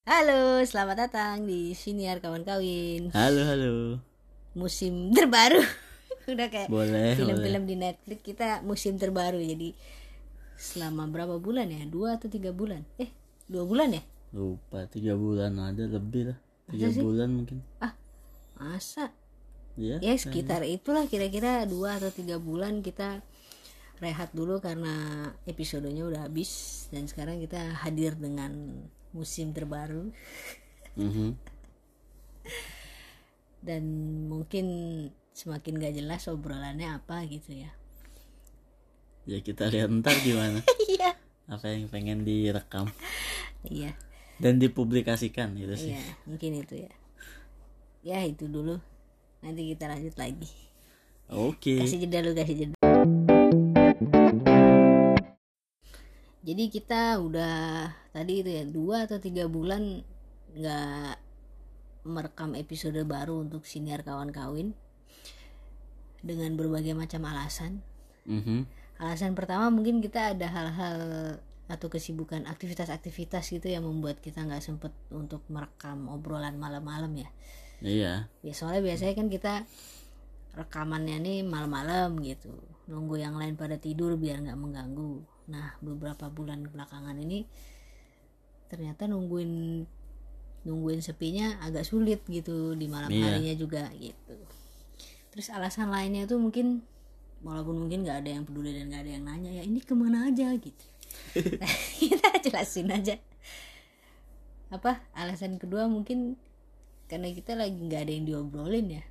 Halo, selamat datang di Siniar Kawan Kawin. Halo. Musim terbaru. Udah kayak Boleh. film-film di Netflix, kita musim terbaru. Jadi selama berapa bulan ya? 2 atau 3 bulan? 2 bulan ya? Lupa, 3 bulan ada lebih lah. 3 Masa sih? bulan mungkin. Masa? Ya, Ya sekitar itulah, kira-kira 2 atau 3 bulan kita rehat dulu karena episodenya udah habis. Dan sekarang kita hadir dengan musim terbaru. Dan mungkin semakin gak jelas obrolannya apa gitu ya. Ya kita lihat ntar gimana. Iya. Apa yang pengen direkam Iya. dan dipublikasikan gitu sih. Iya, mungkin itu ya. Ya itu dulu. Nanti kita lanjut lagi. Oke. Kasih jeda. Jadi kita udah tadi itu ya 2 atau 3 bulan nggak merekam episode baru untuk Siniar Kawan Kawin dengan berbagai macam alasan. Alasan pertama mungkin kita ada hal-hal atau kesibukan aktivitas-aktivitas gitu yang membuat kita nggak sempet untuk merekam obrolan malam-malam ya. Iya. Ya soalnya biasanya kan kita rekamannya nih malam-malam gitu, nunggu yang lain pada tidur biar nggak mengganggu. Nah beberapa bulan belakangan ini ternyata nungguin sepinya agak sulit gitu di malam harinya juga gitu. Terus alasan lainnya tuh mungkin walaupun mungkin nggak ada yang peduli dan nggak ada yang nanya ya ini kemana aja gitu. Kita jelasin aja. Apa alasan kedua mungkin karena kita lagi nggak ada yang diobrolin ya.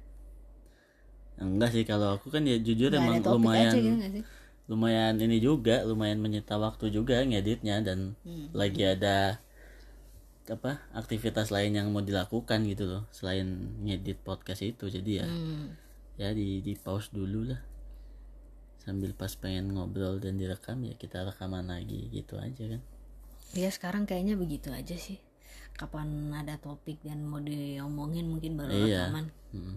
Enggak sih, kalau aku kan ya jujur Nggak emang ada topik lumayan aja gitu nggak sih? lumayan ini juga, lumayan menyita waktu juga ngeditnya, dan lagi ada apa aktivitas lain yang mau dilakukan gitu loh selain ngedit podcast itu. Jadi ya di pause dulu lah, sambil pas pengen ngobrol dan direkam ya kita rekaman lagi gitu aja kan. Ya sekarang kayaknya begitu aja sih. Kapan ada topik dan mau diomongin mungkin baru rekaman.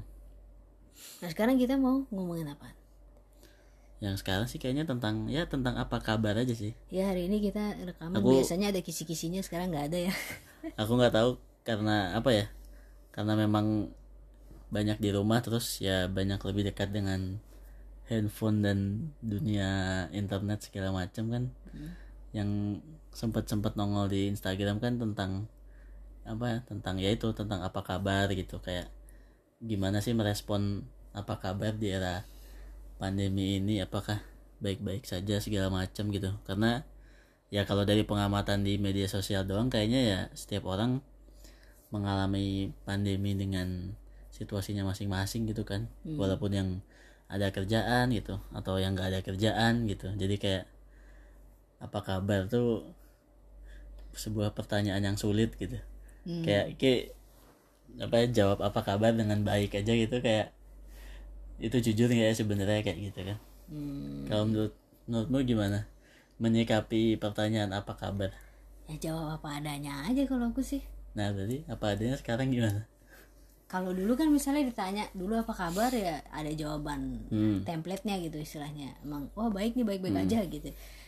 Nah sekarang kita mau ngomongin apa? Yang sekarang sih kayaknya tentang apa kabar aja sih. Ya hari ini kita rekaman biasanya ada kisi-kisinya, sekarang nggak ada ya. Aku nggak tahu karena apa ya, karena memang banyak di rumah, terus ya banyak lebih dekat dengan handphone dan dunia internet segala macam kan. Yang sempat nongol di Instagram kan tentang apa ya, tentang apa kabar gitu, kayak gimana sih merespon apa kabar di era pandemi ini, apakah baik-baik saja segala macam gitu. Karena ya kalau dari pengamatan di media sosial doang kayaknya ya setiap orang mengalami pandemi dengan situasinya masing-masing gitu kan. Walaupun yang ada kerjaan gitu atau yang nggak ada kerjaan gitu. Jadi kayak apa kabar tuh sebuah pertanyaan yang sulit gitu. Kayak apa ya, jawab apa kabar dengan baik aja gitu, kayak itu jujur nggak ya sebenarnya kayak gitu kan. Kalau menurutmu gimana menyikapi pertanyaan apa kabar? Ya jawab apa adanya aja kalau aku sih. Nah berarti apa adanya sekarang gimana? Kalau dulu kan misalnya ditanya dulu apa kabar ya ada jawaban template-nya gitu istilahnya. Emang baik nih, baik-baik aja gitu.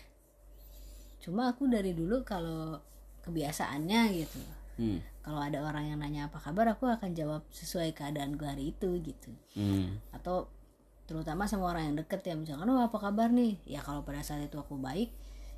Cuma aku dari dulu kalau kebiasaannya gitu, kalau ada orang yang nanya apa kabar, aku akan jawab sesuai keadaan gue hari itu gitu. Atau terutama sama orang yang deket ya, misalkan apa kabar nih, ya kalau pada saat itu aku baik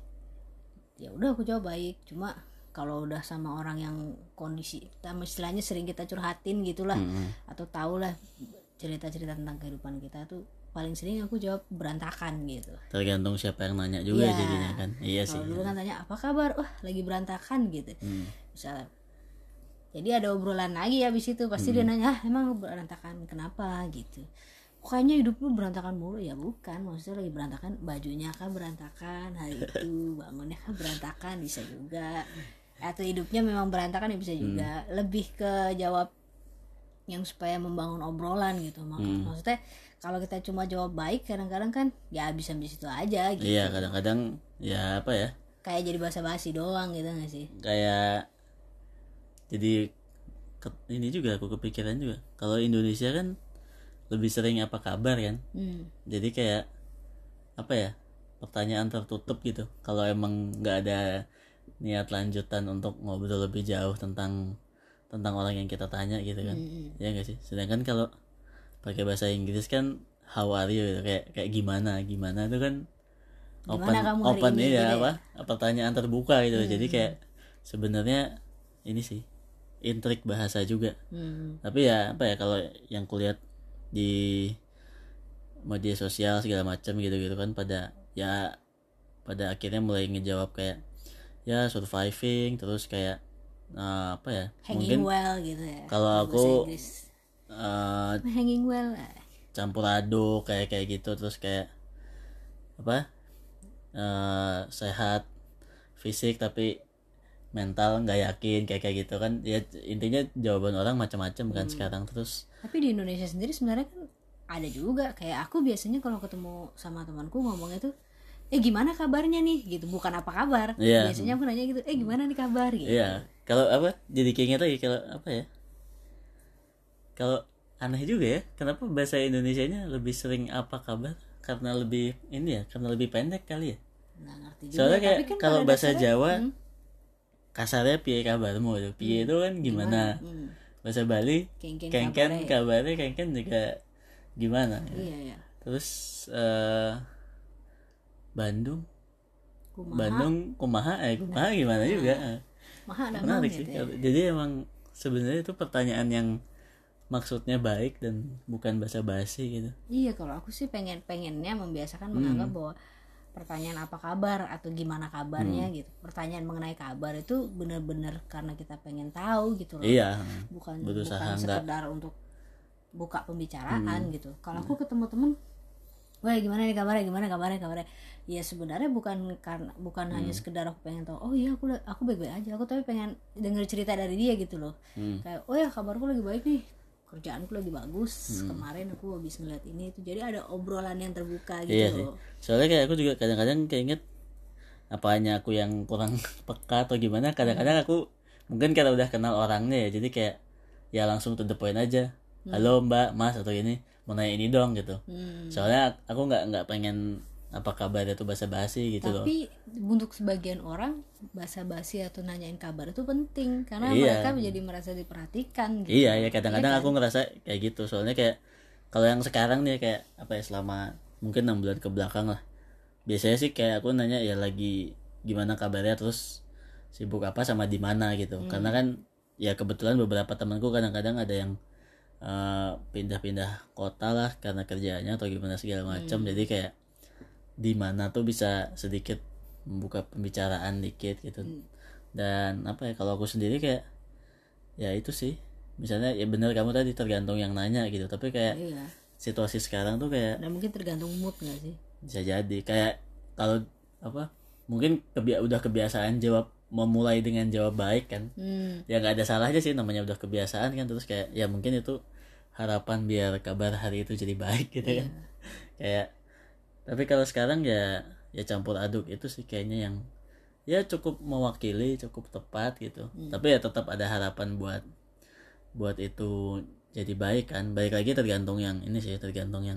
ya udah aku jawab baik. Cuma kalau udah sama orang yang kondisi istilahnya sering kita curhatin gitulah, atau tahulah cerita-cerita tentang kehidupan kita tuh, paling sering aku jawab berantakan gitu. Tergantung siapa yang nanya juga ya, jadinya kan. Iya sih. Kalau dulu kan tanya apa kabar, lagi berantakan gitu. Misalnya jadi ada obrolan lagi habis itu pasti dia nanya emang berantakan kenapa gitu. Kayaknya hidup lu berantakan mulu. Ya bukan, maksudnya lagi berantakan bajunya kan berantakan hari itu, bangunnya kan berantakan bisa juga, atau hidupnya memang berantakan ya bisa juga. Lebih ke jawab yang supaya membangun obrolan gitu. Maksudnya kalau kita cuma jawab baik kadang-kadang kan ya habis-habis itu aja gitu. Iya, kadang-kadang ya apa ya, kayak jadi basa-basi doang gitu gak sih? Kayak jadi ini juga aku kepikiran juga, kalau Indonesia kan lebih sering apa kabar kan. Jadi kayak apa ya, pertanyaan tertutup gitu. Kalau emang nggak ada niat lanjutan untuk ngobrol lebih jauh tentang orang yang kita tanya gitu kan. Ya nggak sih, sedangkan kalau pakai bahasa Inggris kan how are you gitu. kayak gimana itu kan open ini, ya gitu pertanyaan terbuka gitu. Jadi kayak sebenarnya ini sih intrik bahasa juga. Tapi ya apa ya, kalau yang kulihat di media sosial segala macam gitu kan pada akhirnya mulai ngejawab kayak ya surviving, terus kayak apa ya, hanging mungkin well gitu ya kalau aku hanging well campur aduk kayak gitu, terus kayak apa, sehat fisik tapi mental nggak yakin kayak gitu kan ya. Intinya jawaban orang macam-macam kan sekarang. Terus tapi di Indonesia sendiri sebenarnya kan ada juga, kayak aku biasanya kalau ketemu sama temanku ngomongnya tuh gimana kabarnya nih gitu, bukan apa kabar. Biasanya aku nanya gitu, gimana nih kabar gitu. Kalau apa, jadi keinget lagi kalau apa ya, kalau aneh juga ya, kenapa bahasa Indonesianya lebih sering apa kabar, karena lebih ini ya, karena lebih pendek kali ya. Nggak ngerti juga. Soalnya kayak kan kalau bahasa Jawa kasarnya piye kabarmu itu, piye itu kan gimana. Bahasa Bali kengken kabarnya kengken juga gimana ya. Iya. Terus Bandung kumaha gimana juga. Menarik sih ya. Jadi emang sebenarnya itu pertanyaan yang maksudnya baik dan bukan basa-basi gitu. Iya, kalau aku sih pengennya membiasakan menganggap bahwa pertanyaan apa kabar atau gimana kabarnya gitu, pertanyaan mengenai kabar itu benar-benar karena kita pengen tahu gitu loh. Iya, bukan sekedar untuk buka pembicaraan gitu. Kalau aku ketemu temen, wah gimana nih kabarnya, gimana ya sebenarnya bukan hanya sekedar aku pengen tahu, oh iya aku baik-baik aja, aku tapi pengen denger cerita dari dia gitu loh. Kayak oh ya kabarku lagi baik nih, kerjaanku lagi bagus, kemarin aku habis ngeliat ini itu, jadi ada obrolan yang terbuka gitu. Iya loh. Soalnya kayak aku juga kadang-kadang keinget apa hanya aku yang kurang peka atau gimana, kadang-kadang aku mungkin karena udah kenal orangnya ya, jadi kayak ya langsung to the point aja, halo mbak, mas atau ini mau nanya ini dong gitu. Soalnya aku nggak pengen apa kabar itu basa-basi gitu. Tapi untuk sebagian orang basa-basi atau nanyain kabar itu penting karena mereka menjadi merasa diperhatikan gitu. Iya ya, kadang-kadang aku ngerasa kayak gitu. Soalnya kayak kalau yang sekarang nih kayak apa ya, selama mungkin 6 bulan ke belakang lah, biasanya sih kayak aku nanya ya lagi gimana kabarnya, terus sibuk apa sama di mana gitu. Karena kan ya kebetulan beberapa temanku kadang-kadang ada yang pindah-pindah kota lah karena kerjaannya atau gimana segala macam. Jadi kayak di mana tuh bisa sedikit membuka pembicaraan dikit gitu. Dan apa ya, kalau aku sendiri kayak ya itu sih, misalnya ya benar kamu tadi tergantung yang nanya gitu, tapi kayak situasi sekarang tuh kayak dan mungkin tergantung mood nggak sih, bisa jadi kayak kalau apa mungkin udah kebiasaan jawab, memulai dengan jawab baik kan. Ya nggak ada salahnya sih, namanya udah kebiasaan kan. Terus kayak ya mungkin itu harapan biar kabar hari itu jadi baik gitu kan. Kayak tapi kalau sekarang ya campur aduk itu sih kayaknya yang ya cukup mewakili, cukup tepat gitu. Tapi ya tetap ada harapan buat itu jadi baik kan. Baik lagi tergantung yang ini sih, tergantung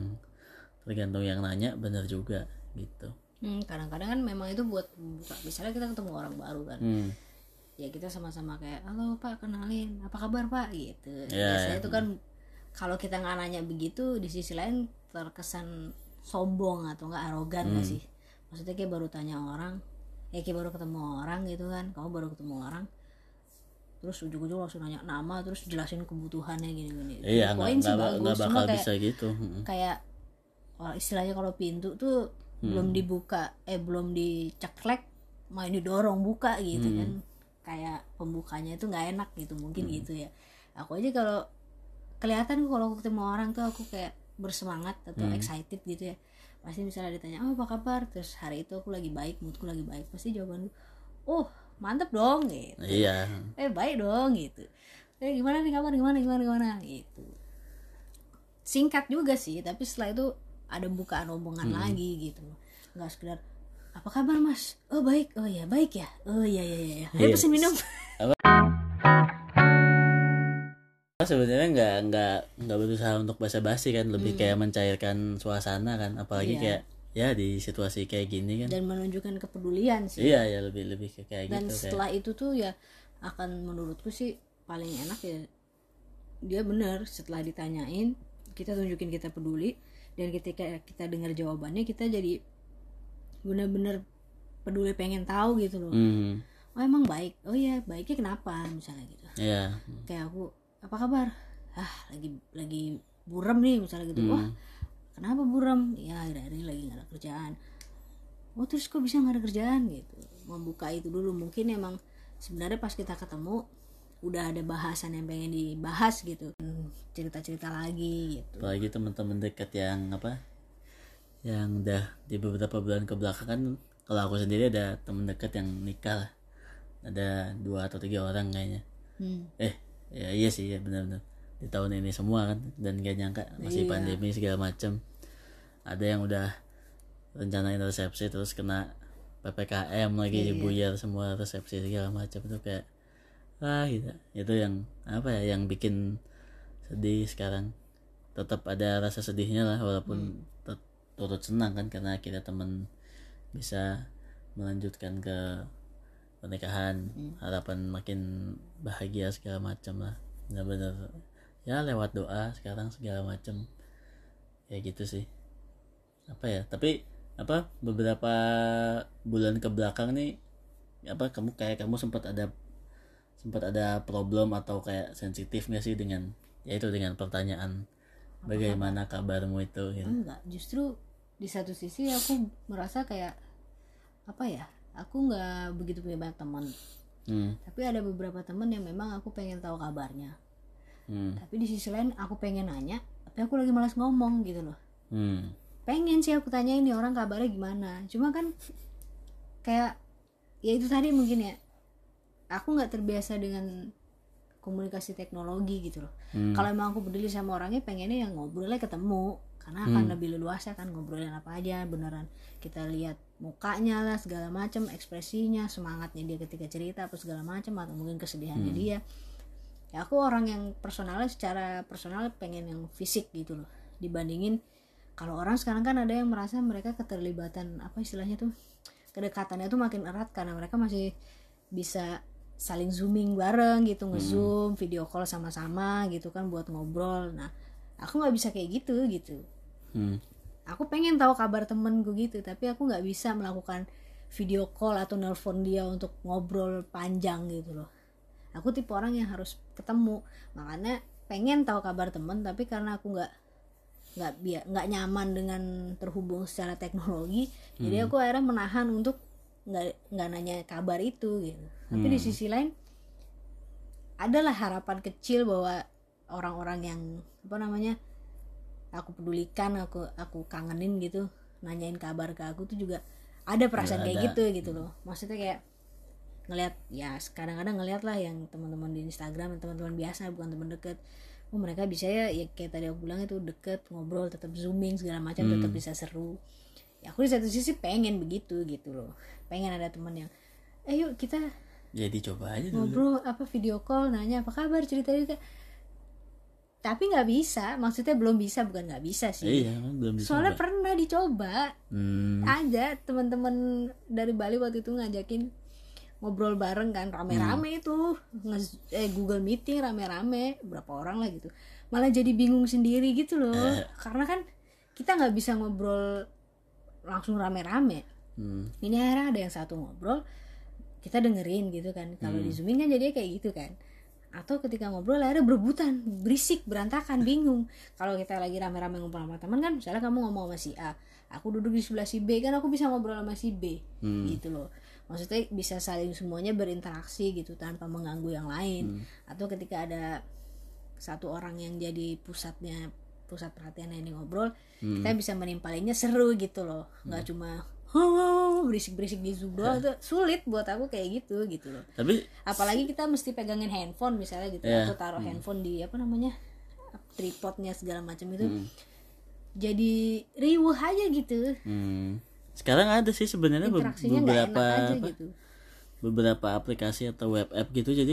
yang nanya benar juga gitu. Kadang-kadang kan memang itu buat buka, misalnya kita ketemu orang baru kan, ya kita sama-sama kayak halo pak, kenalin, apa kabar pak gitu. Biasanya itu kan kalau kita nggak nanya begitu, di sisi lain terkesan sombong atau nggak arogan nggak sih. Maksudnya kayak baru tanya orang, kayak baru ketemu orang gitu kan, kamu baru ketemu orang terus ujung-ujung langsung nanya nama, terus jelasin kebutuhannya gini-gini. Iya, nggak bakal kayak, bisa gitu. Kayak istilahnya kalau pintu tuh belum dibuka, belum diceklek main didorong buka gitu kan, kayak pembukanya itu nggak enak gitu mungkin gitu ya. Aku aja kalau kelihatan kalau aku ketemu orang tuh aku kayak bersemangat atau excited gitu ya, pasti misalnya ditanya oh apa kabar, terus hari itu aku lagi baik, moodku lagi baik, pasti jawabanku oh mantep dong gitu. Iya. Baik dong gitu. Gimana nih kabar, gimana gitu. Singkat juga sih, tapi setelah itu ada bukaan omongan lagi gitu, nggak sekedar apa kabar mas, oh baik, oh ya baik ya, oh iya ayo pesen minum. Sebenarnya nggak berusaha untuk basa-basi kan, lebih kayak mencairkan suasana kan, apalagi kayak ya di situasi kayak gini kan. Dan menunjukkan kepedulian sih. Iya ya, lebih kayak Dan gitu. Dan setelah itu tuh ya akan menurutku sih paling enak ya dia benar setelah ditanyain kita tunjukin kita peduli, dan ketika kita dengar jawabannya kita jadi benar-benar peduli, pengen tahu gitu loh. Oh emang baik, oh ya baiknya kenapa misalnya gitu. Kayak aku, apa kabar, lagi buram nih misalnya gitu. Wah kenapa buram? Ya akhir-akhir ini lagi gak ada kerjaan. Oh terus kok bisa gak ada kerjaan gitu. Membuka itu dulu, mungkin emang sebenarnya pas kita ketemu udah ada bahasan yang pengen dibahas gitu, cerita-cerita lagi gitu. Apalagi teman-teman dekat yang yang udah di beberapa bulan kebelakang kan. Kalau aku sendiri ada teman dekat yang nikah lah, ada 2 atau 3 orang kayaknya. Ya iya sih ya, benar-benar di tahun ini semua kan, dan gak nyangka masih pandemi segala macam. Ada yang udah rencanain resepsi terus kena PPKM lagi, buyar semua resepsi segala macam. Itu kayak gitu. Itu yang yang bikin sedih sekarang. Tetap ada rasa sedihnya lah, walaupun turut senang kan karena kita teman bisa melanjutkan ke pernikahan, harapan makin bahagia segala macam lah. Benar-benar ya lewat doa sekarang segala macam ya gitu sih. Tapi beberapa bulan ke belakang nih kamu sempat ada problem atau kayak sensitif nggak sih dengan pertanyaan bagaimana kabarmu itu gitu? Enggak, justru di satu sisi aku merasa kayak aku nggak begitu punya banyak teman. Tapi ada beberapa teman yang memang aku pengen tahu kabarnya. Tapi di sisi lain aku pengen nanya, tapi aku lagi malas ngomong gitu loh. Pengen sih aku tanyain nih orang kabarnya gimana, cuma kan kayak ya itu tadi mungkin ya aku nggak terbiasa dengan komunikasi teknologi gitu loh. Kalau emang aku peduli sama orangnya, pengennya yang ngobrolnya ketemu, karena akan lebih leluasa kan ngobrolin apa aja, beneran kita lihat mukanya lah segala macam, ekspresinya, semangatnya dia ketika cerita apa segala macam, atau mungkin kesedihannya dia. Ya aku orang yang secara personal pengen yang fisik gitu loh, dibandingin kalau orang sekarang kan ada yang merasa mereka keterlibatan istilahnya tuh, kedekatannya tuh makin erat karena mereka masih bisa saling zooming bareng gitu, ngezoom, video call sama-sama gitu kan buat ngobrol. Nah aku nggak bisa kayak gitu. Aku pengen tahu kabar temenku gitu, tapi aku nggak bisa melakukan video call atau nelpon dia untuk ngobrol panjang gitu loh. Aku tipe orang yang harus ketemu, makanya pengen tahu kabar temen, tapi karena aku nggak nyaman dengan terhubung secara teknologi, jadi aku akhirnya menahan untuk nggak nanya kabar itu gitu. Tapi di sisi lain adalah harapan kecil bahwa orang-orang yang aku pedulikan, aku kangenin gitu, nanyain kabar ke aku tuh juga ada perasaan kayak gitu loh. Maksudnya kayak ngelihat ya, kadang-kadang ngelihat lah yang teman-teman di Instagram, teman-teman biasa bukan teman deket, mereka bisa ya kayak tadi aku bilang itu deket, ngobrol, tetap zooming segala macam, tetap bisa seru. Ya aku di satu sisi pengen begitu gitu loh, pengen ada teman yang yuk kita jadi coba aja ngobrol video call, nanya apa kabar, cerita. Tapi nggak bisa, maksudnya belum bisa, bukan nggak bisa sih. Iya, belum dicoba. Soalnya pernah dicoba aja, teman-teman dari Bali waktu itu ngajakin ngobrol bareng kan, rame-rame itu Google Meeting rame-rame, berapa orang lah gitu, malah jadi bingung sendiri gitu loh. Karena kan kita nggak bisa ngobrol langsung rame-rame. Ini akhirnya ada yang satu ngobrol, kita dengerin gitu kan. Kalau di zooming kan jadinya kayak gitu kan. Atau ketika ngobrol akhirnya berebutan, berisik, berantakan, bingung. Kalau kita lagi rame-rame ngobrol sama teman kan, misalnya kamu ngomong sama si A, aku duduk di sebelah si B, kan aku bisa ngobrol sama si B gitu loh. Maksudnya bisa saling semuanya berinteraksi gitu tanpa mengganggu yang lain. Atau ketika ada satu orang yang jadi pusat perhatian yang ngobrol, kita bisa menimpalinya seru gitu loh, nggak cuma berisik-berisik di Zoom doang. Itu sulit buat aku kayak gitu loh. Tapi apalagi kita mesti pegangin handphone misalnya gitu, atau taruh handphone di tripodnya segala macam itu, jadi riuh aja gitu. Sekarang ada sih sebenarnya gitu. beberapa aplikasi atau web app gitu, jadi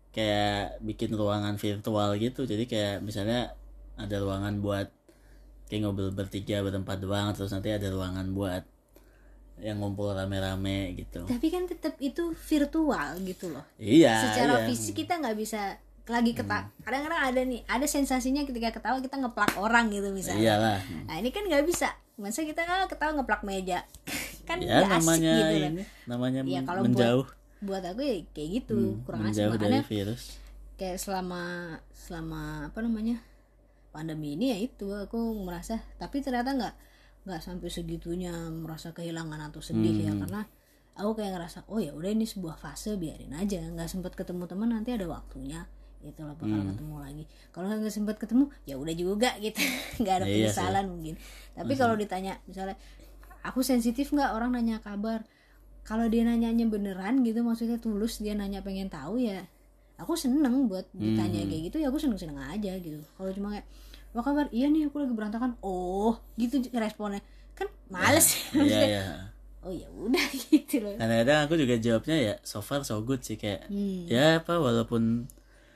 kayak bikin ruangan virtual gitu. Jadi kayak misalnya ada ruangan buat kayak ngobrol bertiga berempat doang, terus nanti ada ruangan buat yang ngumpul rame-rame gitu. Tapi kan tetap itu virtual gitu loh. Iya. Secara fisik kita nggak bisa lagi ketawa. Kadang-kadang ada sensasinya ketika ketawa kita ngeplak orang gitu misalnya. Iyalah. Nah ini kan nggak bisa. Masa kita ketawa ngeplak meja kan Ya nggak asik namanya gitu ini, namanya ya, kalau menjauh. buat aku ya kayak gitu kurang asik. Menjauh dari Makanya virus. kayak selama apa namanya pandemi ini ya itu aku merasa, tapi ternyata nggak sampai segitunya merasa kehilangan atau sedih ya, karena aku kayak ngerasa oh ya udah ini sebuah fase, biarin aja. Nggak sempat ketemu teman, nanti ada waktunya itu lah bakal ketemu lagi. Kalau nggak sempat ketemu ya udah juga gitu. Nggak ada penyesalan mungkin. Tapi kalau ditanya misalnya aku sensitif nggak orang nanya kabar, kalau dia nanyanya beneran gitu, maksudnya tulus dia nanya pengen tahu, ya aku seneng buat ditanya kayak gitu, ya aku seneng aja gitu. Kalau cuma kayak apa kabar, iya nih aku lagi berantakan, oh gitu responnya kan males. Iya. Oh ya udah gitu loh. Kadang-kadang aku juga jawabnya ya so far so good sih, kayak ya apa, walaupun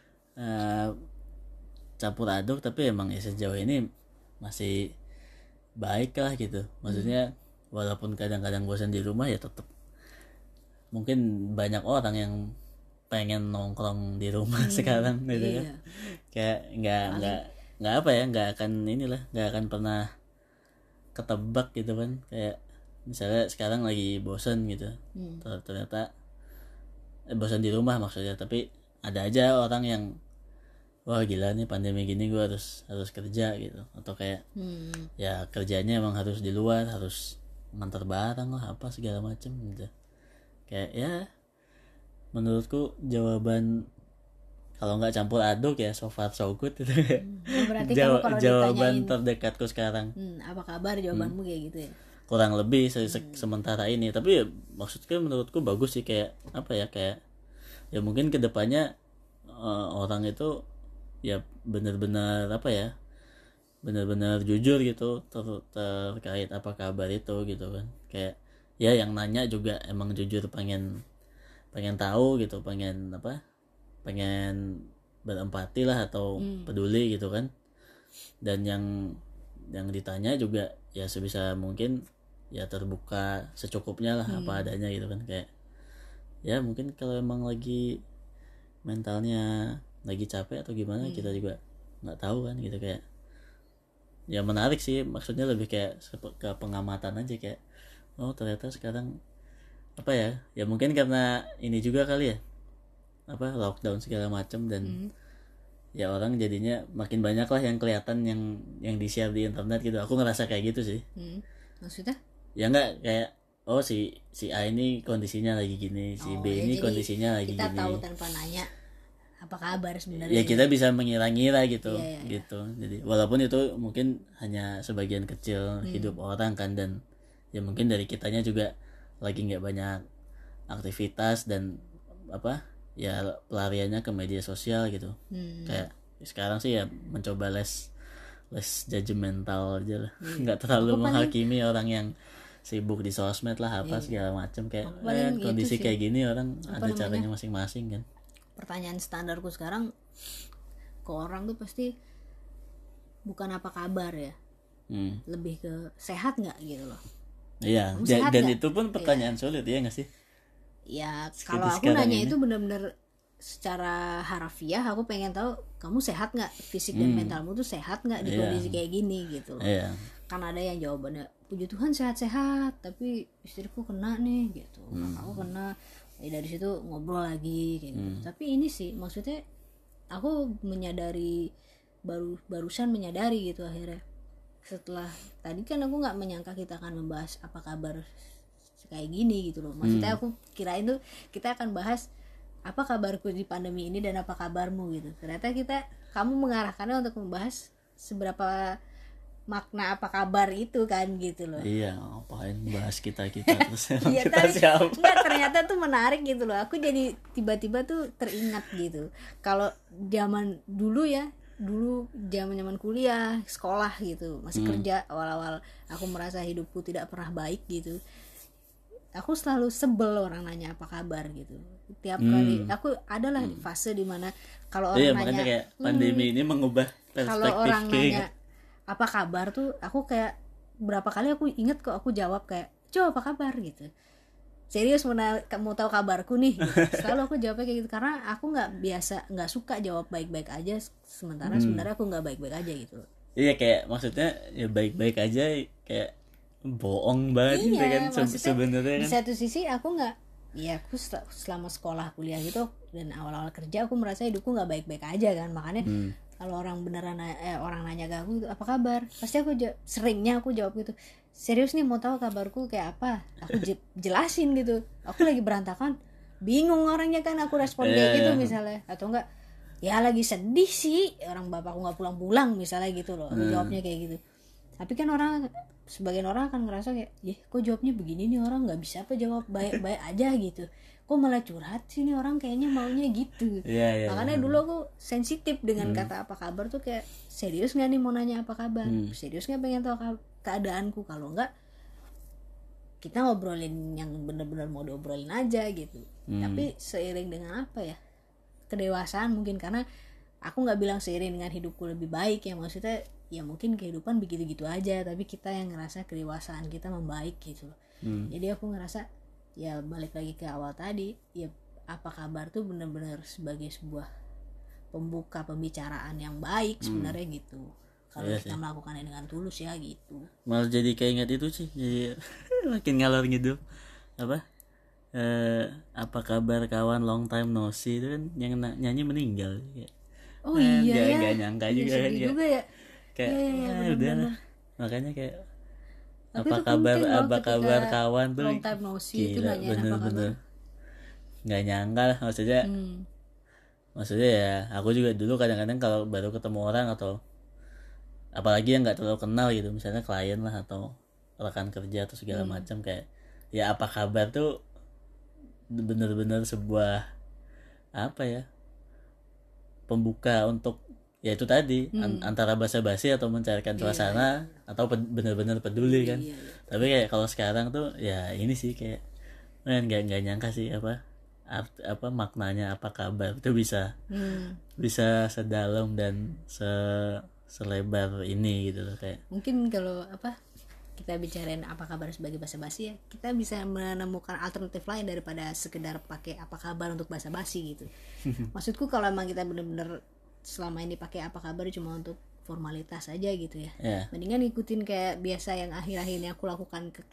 campur aduk, tapi emang ya sejauh ini masih baik lah gitu. Maksudnya walaupun kadang-kadang bosan di rumah, ya tetap mungkin banyak orang yang pengen nongkrong di rumah sekarang gitu kan. Kayak nggak apa ya, nggak akan pernah ketebak gitu kan. Kayak misalnya sekarang lagi bosan gitu, ternyata bosan di rumah maksudnya, tapi ada aja orang yang wah gila nih pandemi gini gue harus kerja gitu, atau kayak ya kerjanya emang harus di luar, harus ngantar barang lah apa segala macem gitu. Kayak ya menurutku jawaban kalau nggak campur aduk ya so far so good gitu. Berarti kamu kalau jawaban ditanyain terdekatku sekarang apa kabar, jawabanmu kayak gitu ya, kurang lebih sementara ini. Tapi ya maksudnya menurutku bagus sih, kayak apa ya, kayak ya mungkin kedepannya orang itu ya benar-benar apa ya, benar-benar jujur gitu terkait apa kabar itu gitu kan. Kayak ya yang nanya juga emang jujur pengen tahu gitu, pengen berempati lah atau peduli gitu kan. Dan yang ditanya juga ya sebisa mungkin ya terbuka secukupnya lah, apa adanya gitu kan. Kayak ya mungkin kalau emang lagi mentalnya lagi capek atau gimana, kita juga nggak tahu kan gitu. Kayak ya menarik sih, maksudnya lebih kayak ke pengamatan aja, kayak oh ternyata sekarang apa ya mungkin karena ini juga kali ya, apa lockdown segala macam, dan ya orang jadinya makin banyak lah yang kelihatan yang di share di internet gitu. Aku ngerasa kayak gitu sih. Maksudnya ya enggak, kayak oh si A ini kondisinya lagi gini, si B ini kondisinya lagi kita gini. Kita tahu tanpa nanya apa kabar sebenarnya. Ya kita bisa mengira-ngira gitu. Iya. Gitu. Jadi walaupun itu mungkin hanya sebagian kecil hidup orang kan, dan ya mungkin dari kitanya juga lagi nggak banyak aktivitas dan apa ya pelariannya ke media sosial gitu. Kayak sekarang sih ya mencoba less judgmental aja lah. Nggak terlalu menghakimi orang yang sibuk di sosmed lah apa segala macam. Kayak kondisi kayak gini orang ada caranya masing-masing kan. Pertanyaan standarku sekarang ke orang tuh pasti bukan apa kabar ya, lebih ke sehat nggak gitu loh. Iya, dan gak? Itu pun pertanyaan sulit ya nggak sih? Ya kalau aku nanya itu benar-benar secara harfiah, aku pengen tahu kamu sehat nggak, fisik dan mentalmu tuh sehat nggak di kondisi kayak gini gitu loh. Kan ada yang jawabannya puji Tuhan sehat-sehat, tapi istriku kena nih gitu, aku kena. Dari situ ngobrol lagi kayak gitu. Tapi ini sih maksudnya aku menyadari barusan menyadari gitu akhirnya, setelah tadi kan aku nggak menyangka kita akan membahas apa kabar kayak gini gitu loh. Maksudnya aku kirain tuh kita akan bahas apa kabarku di pandemi ini dan apa kabarmu gitu. Ternyata kamu mengarahkannya untuk membahas seberapa makna apa kabar itu kan gitu loh. Iya, ngapain bahas kita terus iya, kita siapa? Enggak, ternyata tuh menarik gitu loh. Aku jadi tiba-tiba tuh teringat gitu. Kalau zaman dulu zaman kuliah, sekolah gitu, masih kerja awal-awal, aku merasa hidupku tidak pernah baik gitu. Aku selalu sebel orang nanya apa kabar gitu. Tiap kali aku adalah di fase dimana kalau orang nanya, kayak pandemi ini mengubah perspektif kalau orang nanya apa kabar tuh aku kayak berapa kali aku inget kok aku jawab kayak coba apa kabar gitu, serius mau tahu kabarku nih gitu. Selalu aku jawabnya kayak gitu karena aku nggak suka jawab baik-baik aja sementara sebenarnya aku nggak baik-baik aja gitu. Iya kayak maksudnya ya baik-baik aja kayak bohong banget gitu kan sebenarnya di kan. satu sisi aku nggak, ya aku selama sekolah kuliah gitu dan awal-awal kerja aku merasa hidupku nggak baik-baik aja kan, makanya kalau orang beneran orang nanya ke aku apa kabar, pasti aku seringnya aku jawab gitu, serius nih mau tahu kabarku kayak apa, aku jelasin gitu, aku lagi berantakan, bingung orangnya kan, aku respon kayak gitu misalnya, atau enggak ya lagi sedih sih orang bapakku nggak pulang-pulang misalnya gitu loh, jawabnya kayak gitu. Tapi kan sebagian orang akan ngerasa kayak, kok jawabnya begini nih orang, nggak bisa apa jawab baik-baik aja gitu, kok malah curhat sih nih orang, kayaknya maunya gitu. Makanya dulu aku sensitif dengan kata apa kabar tuh, kayak serius nggak nih mau nanya apa kabar, serius nggak pengen tahu keadaanku, kalau nggak kita ngobrolin yang benar-benar mau diobrolin aja gitu. Tapi seiring dengan apa ya, kedewasaan mungkin, karena aku nggak bilang seiring dengan hidupku lebih baik ya, maksudnya ya mungkin kehidupan begitu-gitu aja, tapi kita yang ngerasa kedewasaan kita membaik gitu loh. Jadi aku ngerasa ya balik lagi ke awal tadi, ya apa kabar tuh benar-benar sebagai sebuah pembuka pembicaraan yang baik sebenarnya gitu. Kalau kita melakukannya dengan tulus ya gitu. Malah jadi kayak ingat itu sih, jadi makin ngalor gitu apa kabar kawan long time no see, itu kan yang nyanyi meninggal kayak. Oh iya ya, gak nyangka juga kan juga ya. Kayak udah lah, makanya kayak tapi apa kabar kawan tuh long time no see itu nanya bener-bener nggak nyangka lah, maksudnya ya aku juga dulu kadang-kadang kalau baru ketemu orang atau apalagi yang nggak terlalu kenal gitu, misalnya klien lah atau rekan kerja atau segala macam, kayak ya apa kabar tuh bener-bener sebuah apa ya, pembuka untuk ya itu tadi antara basa-basi atau mencairkan suasana atau benar-benar peduli kan. Tapi kayak kalau sekarang tuh ya ini sih kayak nggak nyangka sih apa maknanya apa kabar itu bisa sedalam dan selebar ini gitu loh. Kayak mungkin kalau kita bicarain apa kabar sebagai basa-basi ya, kita bisa menemukan alternatif lain daripada sekedar pakai apa kabar untuk basa-basi gitu. Maksudku kalau emang kita bener-bener selama ini pakai apa kabar cuma untuk formalitas aja gitu ya, mendingan ikutin kayak biasa yang akhir-akhir ini aku lakukan ke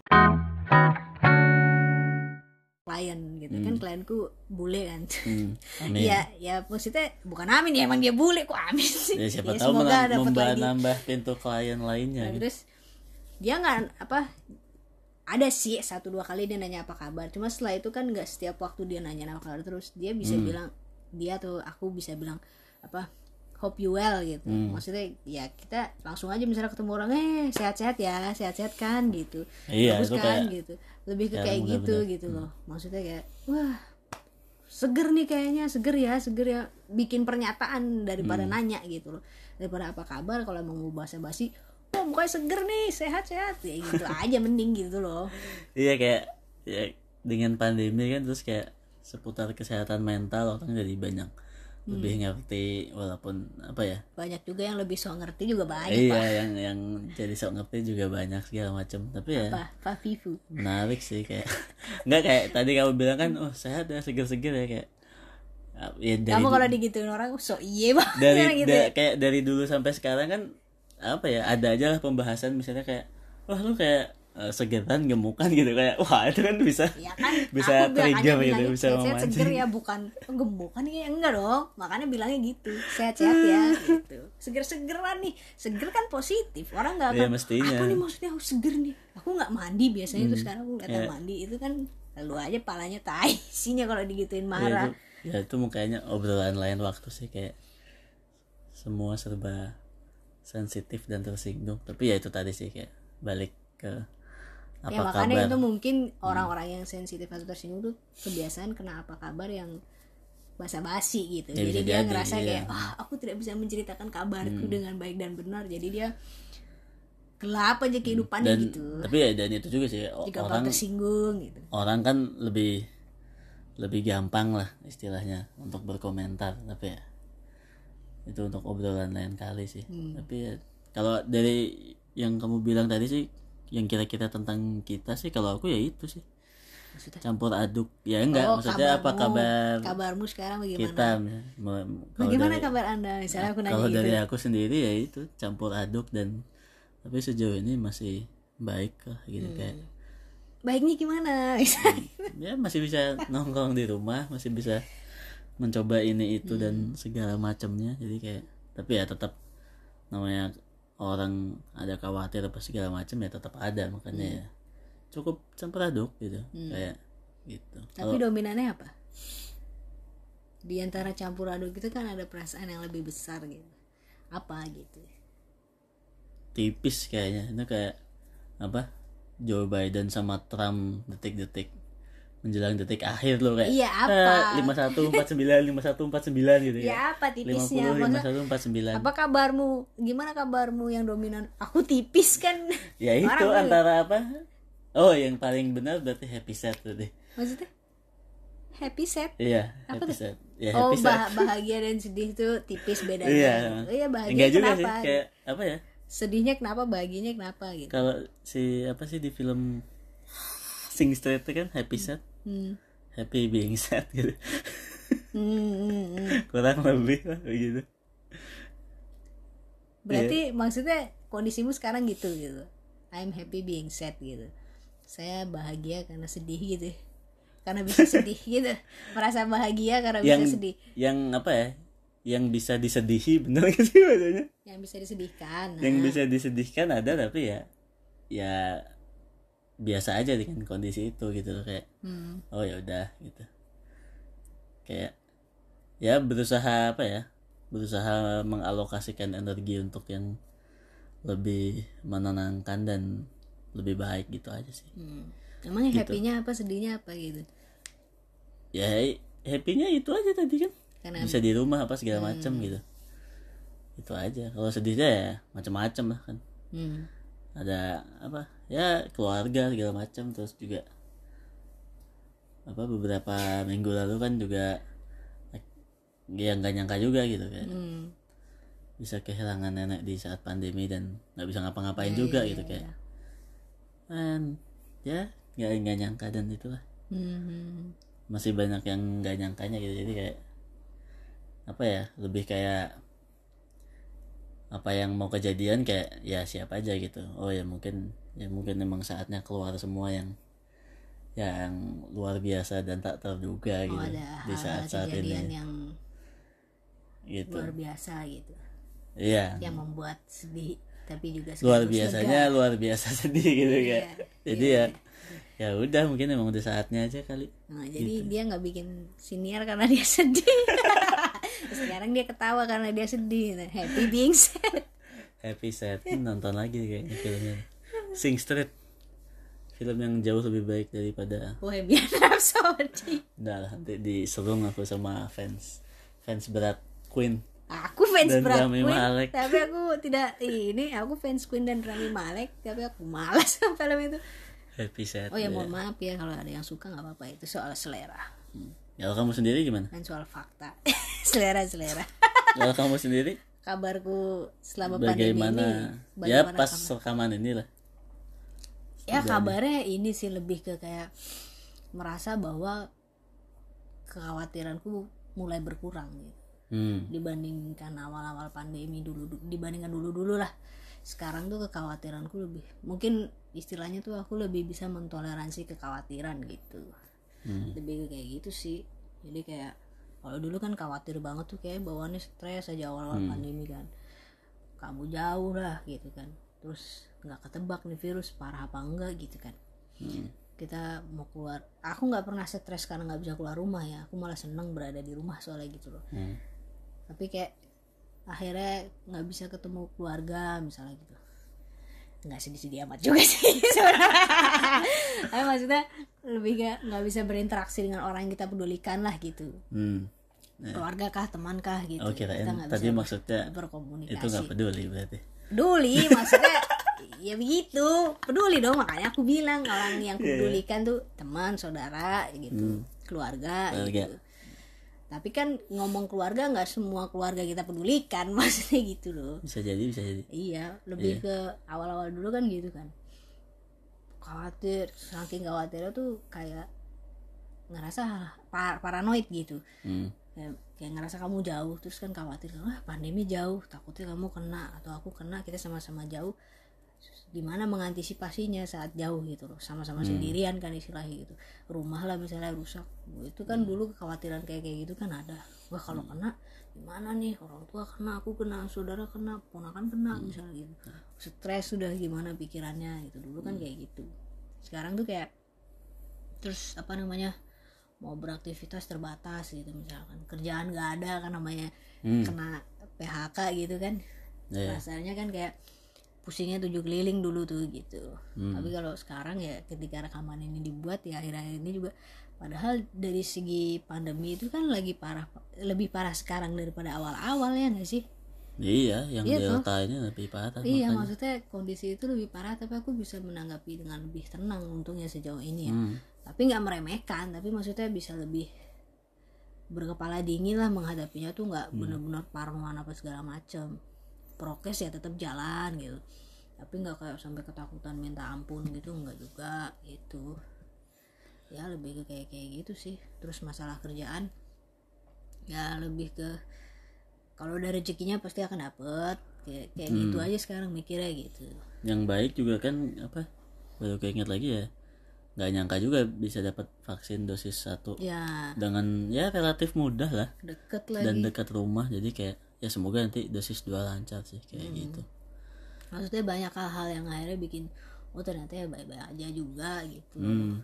klien gitu kan, klienku bule kan. Amin. ya maksudnya bukan amin ya, emang dia bule kok amin sih ya, siapa tahu nambah pintu klien lainnya gitu. Terus dia nggak ada sih 1-2 kali dia nanya apa kabar, cuma setelah itu kan nggak setiap waktu dia nanya apa kabar terus, dia bisa bilang, dia atau aku bisa bilang hope you well gitu. Maksudnya ya kita langsung aja misalnya ketemu orang, sehat-sehat ya, sehat-sehat kan gitu, bagus kan gitu, lebih ke kayak gitu gitu loh. Maksudnya kayak wah seger nih kayaknya, seger ya, bikin pernyataan daripada nanya gitu loh, daripada apa kabar. Kalau emang mau basa-basi, mukanya seger nih, sehat-sehat ya gitu aja mending gitu loh. Iya kayak ya, dengan pandemi kan terus kayak seputar kesehatan mental orang jadi banyak lebih ngerti, walaupun apa ya, banyak juga yang lebih sok ngerti juga banyak. Iya yang jadi sok ngerti juga banyak segala macam. Tapi ya Fafifu menarik sih kayak nggak kayak tadi kamu bilang kan, sehat ya, seger-seger ya, kayak ya kamu kalau digituin orang sok banget gitu ya. Kayak dari dulu sampai sekarang kan apa ya, ada aja lah pembahasan misalnya kayak wah lu kayak segeran gemukan gitu, kayak wah itu kan bisa ya kan, bisa trigger gitu, bisa memancing. Seger ya, bukan gemukan ya, enggak dong, makanya bilangnya gitu, sehat-sehat ya gitu, seger-segeran nih, seger kan positif, orang nggak akan mestinya. Apa nih maksudnya aku seger nih, aku nggak mandi biasanya terus sekarang aku kelihatan mandi, itu kan lalu aja palanya tai isinya kalau digituin marah. Ya itu mukanya obrolan lain waktu sih, kayak semua serba sensitif dan tersinggung. Tapi ya itu tadi sih kayak balik ke apa makanya kabar. itu mungkin orang-orang yang sensitif atau tersinggung tuh kebiasaan kena apa kabar yang basa-basi gitu. Ya, jadi dia ngerasa kayak aku tidak bisa menceritakan kabarku dengan baik dan benar, jadi dia gelap aja kehidupannya gitu. Tapi ya dan itu juga sih orang tersinggung gitu. Orang kan lebih gampang lah istilahnya untuk berkomentar, tapi ya itu untuk obrolan lain kali sih. Tapi ya Kalau dari yang kamu bilang tadi sih, yang kira-kira tentang kita sih, kalau aku ya itu sih, Maksudnya? campur aduk ya. Enggak, maksudnya apa kabarmu sekarang bagaimana? kita Bagaimana kabar Anda misalnya aku nanya kalau gitu. dari aku sendiri ya itu campur aduk, dan tapi sejauh ini masih baik lah gitu. Kayak Baiknya gimana? ya masih bisa nongkrong di rumah, masih bisa mencoba ini itu dan segala macamnya. Jadi kayak, tapi ya tetap namanya orang ada khawatir apa segala macam ya tetap ada, makanya ya cukup campur aduk gitu. Kayak gitu. Tapi dominannya apa? Di antara campur aduk itu kan ada perasaan yang lebih besar gitu. Apa gitu? Tipis kayaknya. Itu kayak apa? Joe Biden sama Trump detik-detik menjelang detik akhir loh, kayak Iya, apa? 5149 gitu ya. Ya apa tipisnya? 50 51 49. Apa kabarmu? Gimana kabarmu yang dominan? Aku tipis kan. Ya itu Orang antara apa? Oh, yang paling benar berarti happy sad tadi. Maksudnya? Happy sad? Iya, Apa happy tuh? sad. Ya, Oh, happy sad. bahagia dan sedih tuh tipis bedanya. Iya. Iya, bahagia Enggak juga kenapa? sih, kayak apa ya? Sedihnya kenapa, bahagianya kenapa gitu. Kalau si apa sih di film Sing Street itu kan happy sad. Happy being sad gitu. Kurang lebih lah begitu. Berarti maksudnya kondisimu sekarang gitu. I'm happy being sad gitu. Saya bahagia karena sedih gitu. Karena bisa sedih gitu. Merasa bahagia karena bisa sedih. Yang apa ya? Yang bisa disedihi, benar gak sih bacanya? Yang bisa disedihkan. Yang bisa disedihkan ada, tapi ya biasa aja dengan kondisi itu gitu loh, kayak oh ya udah gitu. Kayak ya berusaha mengalokasikan energi untuk yang lebih menenangkan dan lebih baik gitu aja sih. Emang Gitu. happy-nya apa, sedihnya apa gitu? Ya happy-nya itu aja tadi kan, Karena bisa di rumah apa segala macam gitu. Itu aja. Kalau sedihnya ya macam-macam lah kan. Ada apa ya, keluarga segala macam. Terus juga apa, beberapa minggu lalu kan juga yang gak nyangka juga gitu kan, bisa kehilangan nenek di saat pandemi dan nggak bisa ngapa-ngapain juga gitu kayak. Dan ya nggak nyangka, dan itulah masih banyak yang nggak nyangkanya gitu. Jadi kayak apa ya, lebih kayak apa yang mau kejadian kayak ya siap aja gitu. Oh ya mungkin memang saatnya keluar semua yang luar biasa dan tak terduga gitu di saat-saat ini yang gitu. luar biasa gitu. Iya. Yang membuat sedih tapi juga Luar biasanya lega. luar biasa sedih gitu Iya, kayak. Jadi ya udah, mungkin emang udah saatnya aja kali. Nah, jadi dia nggak bikin siniar karena dia sedih. Sekarang dia ketawa karena dia sedih. Nah, happy being sad. Happy sad. Nonton lagi kayaknya filmnya Sing Street, film yang jauh lebih baik daripada Bohemian Rhapsody. udah lah, nanti diserung aku sama fans berat Queen. Aku fans Dan berat Rami Queen, Malek. tapi aku tidak aku fans Queen dan Rami Malek, tapi aku malas sama film itu. Happy sad. Oh ya, mohon maaf ya kalau ada yang suka, nggak apa-apa, itu soal selera Ya, kalau kamu sendiri gimana? dan soal fakta. selera Kalau kamu sendiri kabarku selama pandemi bagaimana? ini, Ya bagaimana pas kabar? rekaman inilah. Ya kabarnya ini sih lebih ke kayak merasa bahwa kekhawatiranku mulai berkurang gitu. Dibandingkan awal-awal pandemi dibandingkan dulu lah. Sekarang tuh kekhawatiranku lebih, mungkin istilahnya tuh aku lebih bisa mentoleransi kekhawatiran gitu. Lebih kayak gitu sih. Jadi kayak kalau dulu kan khawatir banget tuh, kayak bawaannya stres aja awal-awal pandemi kan. Kamu jauh lah gitu kan. Terus nggak ketebak nih virus parah apa enggak gitu kan. Kita mau keluar, aku nggak pernah stres karena nggak bisa keluar rumah ya. Aku malah seneng berada di rumah soalnya gitu loh. Tapi kayak akhirnya nggak bisa ketemu keluarga misalnya gitu, nggak sedih-sedih amat juga sih sebenarnya. Tapi maksudnya lebih kayak nggak bisa berinteraksi dengan orang yang kita pedulikan lah gitu. Keluarga kah, teman kah gitu. Oh, kirain Kita nggak tadi bisa maksudnya berkomunikasi. itu nggak peduli berarti. Peduli maksudnya ya begitu, peduli dong, makanya aku bilang orang yang aku pedulikan tuh teman, saudara gitu, keluarga gitu. Tapi kan ngomong keluarga nggak semua keluarga kita pedulikan maksudnya gitu loh. Bisa jadi Iya, lebih ke awal-awal dulu kan gitu kan, khawatir, saking khawatirnya tuh kayak ngerasa paranoid gitu. Kayak ngerasa kamu jauh, terus kan khawatir, pandemi jauh, takutnya kamu kena atau aku kena, kita sama-sama jauh, gimana mengantisipasinya saat jauh gitu loh, sama-sama sendirian kan istilahnya gitu, rumah lah misalnya rusak, itu kan dulu kekhawatiran kayak gitu kan ada, wah kalau kena gimana nih, orang tua kena, aku kena, saudara kena, ponakan kena misalnya gitu, stres sudah gimana pikirannya gitu, dulu kan kayak gitu. Sekarang tuh kayak terus apa namanya, mau beraktivitas terbatas gitu, misalkan kerjaan nggak ada kan namanya kena PHK gitu kan, rasanya kan kayak pusingnya 7 keliling dulu tuh gitu. Tapi kalau sekarang ya ketika rekaman ini dibuat ya akhir-akhir ini juga, padahal dari segi pandemi itu kan lagi lebih parah sekarang daripada awal-awal ya nggak sih? Iya, yang Delta ini lebih parah. Iya, makanya. Maksudnya kondisi itu lebih parah, tapi aku bisa menanggapi dengan lebih tenang untungnya sejauh ini ya. Tapi nggak meremehkan, tapi maksudnya bisa lebih berkepala dingin lah menghadapinya tuh, nggak benar-benar parnoan apa segala macam. Prokes ya tetap jalan gitu, tapi nggak kayak sampai ketakutan minta ampun gitu, nggak juga gitu ya, lebih ke kayak gitu sih. Terus masalah kerjaan ya lebih ke kalau ada rezekinya pasti akan dapet, kayak gitu aja sekarang mikirnya gitu. Yang baik juga kan apa, baru keinget lagi ya, nggak nyangka juga bisa dapat vaksin dosis 1 ya, dengan ya relatif mudah lah, deket lagi dan dekat rumah, jadi kayak ya semoga nanti dosis 2 lancar sih kayak gitu. Maksudnya banyak hal-hal yang akhirnya bikin ternyata ya baik-baik aja juga gitu.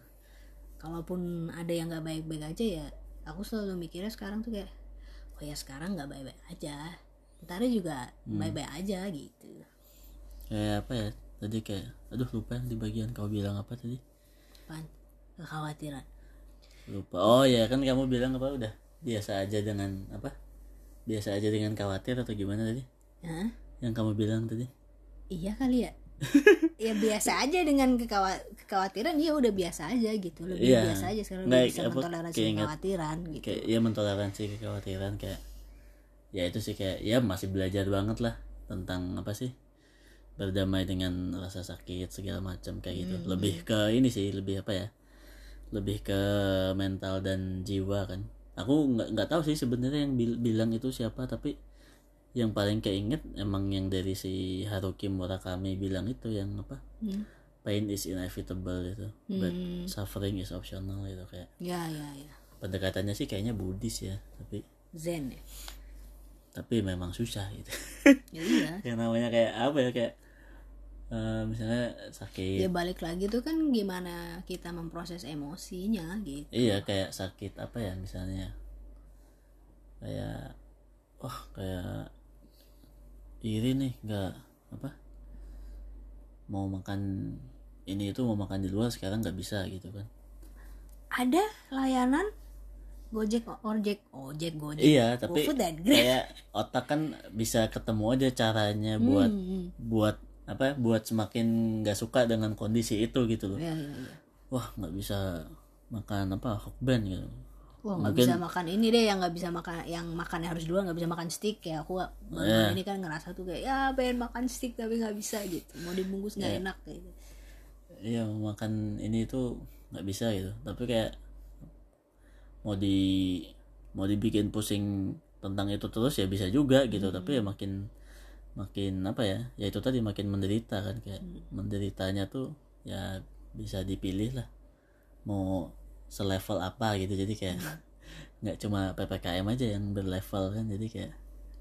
Kalaupun ada yang nggak baik-baik aja ya, aku selalu mikirnya sekarang tuh kayak, oh ya sekarang nggak baik-baik aja, ntar juga baik-baik aja gitu. Kayak apa ya tadi, kayak aduh lupa yang di bagian kau bilang apa tadi, Apaan? Kekhawatiran. Lupa. Oh ya kan kamu bilang apa, udah biasa aja dengan apa, biasa aja dengan khawatir atau gimana tadi? Hah? Yang kamu bilang tadi? Iya kali ya. Ya biasa aja dengan kekhawatiran, ya udah biasa aja gitu, lebih biasa aja sekarang, udah bisa mentoleransi kekhawatiran gitu. Kayak ya mentoleransi kekhawatiran, kayak ya itu sih, kayak ya masih belajar banget lah tentang apa sih, berdamai dengan rasa sakit segala macam kayak gitu. Lebih ke ini sih, lebih apa ya, lebih ke mental dan jiwa kan. Aku nggak tahu sih sebenarnya yang bilang itu siapa, tapi yang paling keinget emang yang dari si Haruki Murakami bilang itu, yang apa, pain is inevitable itu, but suffering is optional gitu, kayak ya pendekatannya sih kayaknya Buddhis ya, tapi Zen ya, tapi memang susah gitu. ya iya. Yang namanya kayak apa ya, kayak misalnya sakit, ya balik lagi tuh kan gimana kita memproses emosinya gitu. Iya, kayak sakit apa ya misalnya, kayak kayak iri nih, nggak apa, mau makan ini itu, mau makan di luar sekarang nggak bisa gitu kan. Ada layanan Gojek. Iya, tapi kayak otak kan bisa ketemu aja caranya buat apa, buat semakin nggak suka dengan kondisi itu gitu loh. Ya. Wah, nggak bisa makan apa hokben gitu. Wah, nggak bisa makan ini deh, yang nggak bisa makan, yang makannya harus duluan, nggak bisa makan steak ya. Aku ini kan ngerasa tuh kayak ya pengen makan steak tapi nggak bisa gitu, mau dibungkus nggak enak kayak gitu. Iya, makan ini tuh nggak bisa gitu, tapi kayak mau dibikin pusing tentang itu terus ya bisa juga gitu. Tapi ya makin apa ya itu tadi, makin menderita kan, kayak menderitanya tuh ya bisa dipilih lah mau selevel apa gitu. Jadi kayak nggak cuma PPKM aja yang berlevel kan, jadi kayak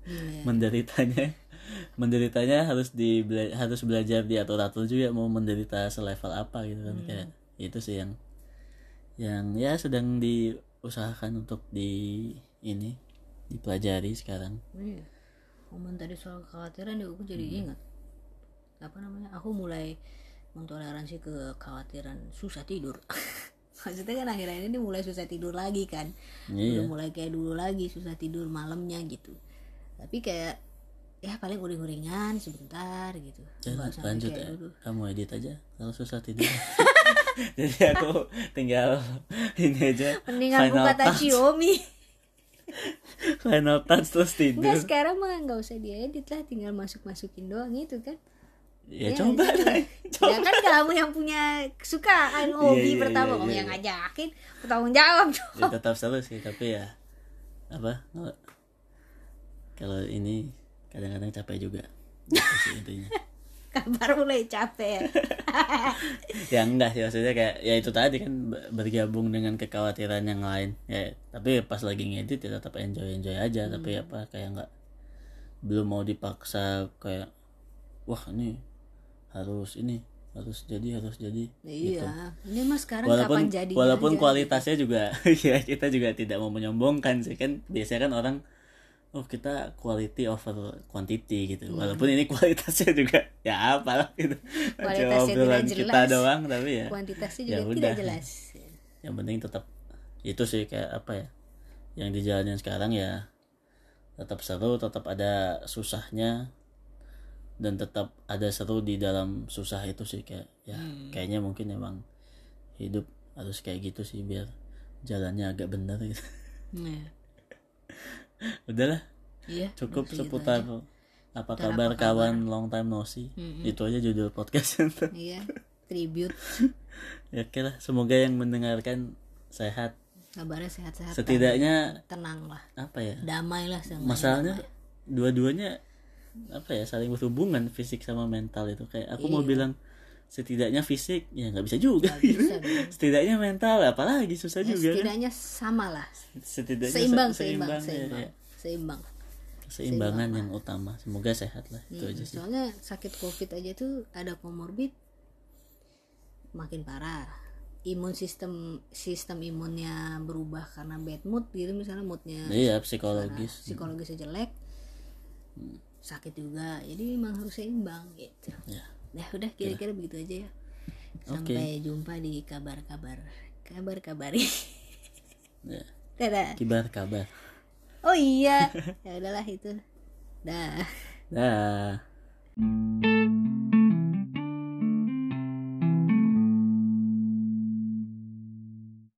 menderitanya harus belajar diatur juga mau menderita selevel apa gitu kan. Kayak itu sih yang ya sedang diusahakan untuk dipelajari sekarang. Ngomong tadi soal kekhawatiran ya, aku jadi ingat apa namanya, aku mulai mentoleransi kekhawatiran susah tidur. Maksudnya kan akhirnya ini mulai susah tidur lagi kan. Udah mulai kayak dulu lagi susah tidur malamnya gitu. Tapi kayak ya paling uring-uringan sebentar gitu. Lanjut ya, kamu edit aja kalau susah tidur. Jadi aku tinggal ini aja, mendingan buka kata Xiaomi. Final touch terus tidur. Enggak, sekarang mah nggak usah diedit lah, tinggal masukin doang itu kan. Ya coba lah. Ya kan kamu yang punya kesukaan hobi Iya, pertama, iya, kamu iya. yang ngajakin, bertanggung jawab dong. Ya, tetap seru sih, tapi ya apa, kalau ini kadang-kadang capek juga gitu sih intinya. Kabar mulai capek. Ya enggak sih, maksudnya kayak ya itu tadi kan, bergabung dengan kekhawatiran yang lain ya, tapi pas lagi ngedit ya tetap enjoy aja. Tapi apa, kayak enggak, belum mau dipaksa kayak wah ini harus jadi gitu. Iya, ini mah sekarang kapan jadinya walaupun aja, kualitasnya juga ya kita juga tidak mau menyombongkan sih kan, biasanya kan orang kita quality over quantity gitu. Walaupun ini kualitasnya juga ya apalah gitu. Kualitasnya Cuma obrolan tidak jelas, kita doang, tapi ya kuantitasnya ya juga udah. tidak jelas. Yang penting tetap itu sih, kayak apa ya, yang dijalanin sekarang ya tetap seru, tetap ada susahnya, dan tetap ada seru di dalam susah itu sih. Kayak ya kayaknya mungkin emang hidup harus kayak gitu sih, biar jalannya agak benar gitu. Iya. Udahlah, Iya, cukup gitu seputar aja. apa kabar kawan, long time no see. Itu aja judul podcast. Iya, tribute. Ya oke lah, semoga yang mendengarkan sehat, Kabarnya sehat-sehat. setidaknya Tenang lah, apa ya, damai lah sama masalahnya damai. dua-duanya apa ya, saling berhubungan, fisik sama mental itu. Kayak aku mau bilang setidaknya fisik ya nggak bisa juga. Nggak bisa dong. Setidaknya mental apalagi susah Ya, juga kan? setidaknya sama lah, Setidaknya seimbang, ya. seimbang. Keseimbangan yang utama, semoga sehat lah, itu aja sih. Soalnya sakit covid aja tuh ada komorbid makin parah, sistem imunnya berubah karena bad mood gitu, misalnya moodnya Iya, psikologisnya jelek, sakit juga. Jadi memang harus seimbang gitu ya. ya. Udah kira-kira begitu aja ya. Sampai jumpa di kabar-kabari. Ya. Dadah. Kabar. Oh iya, ya udahlah itu. Dah. Dah.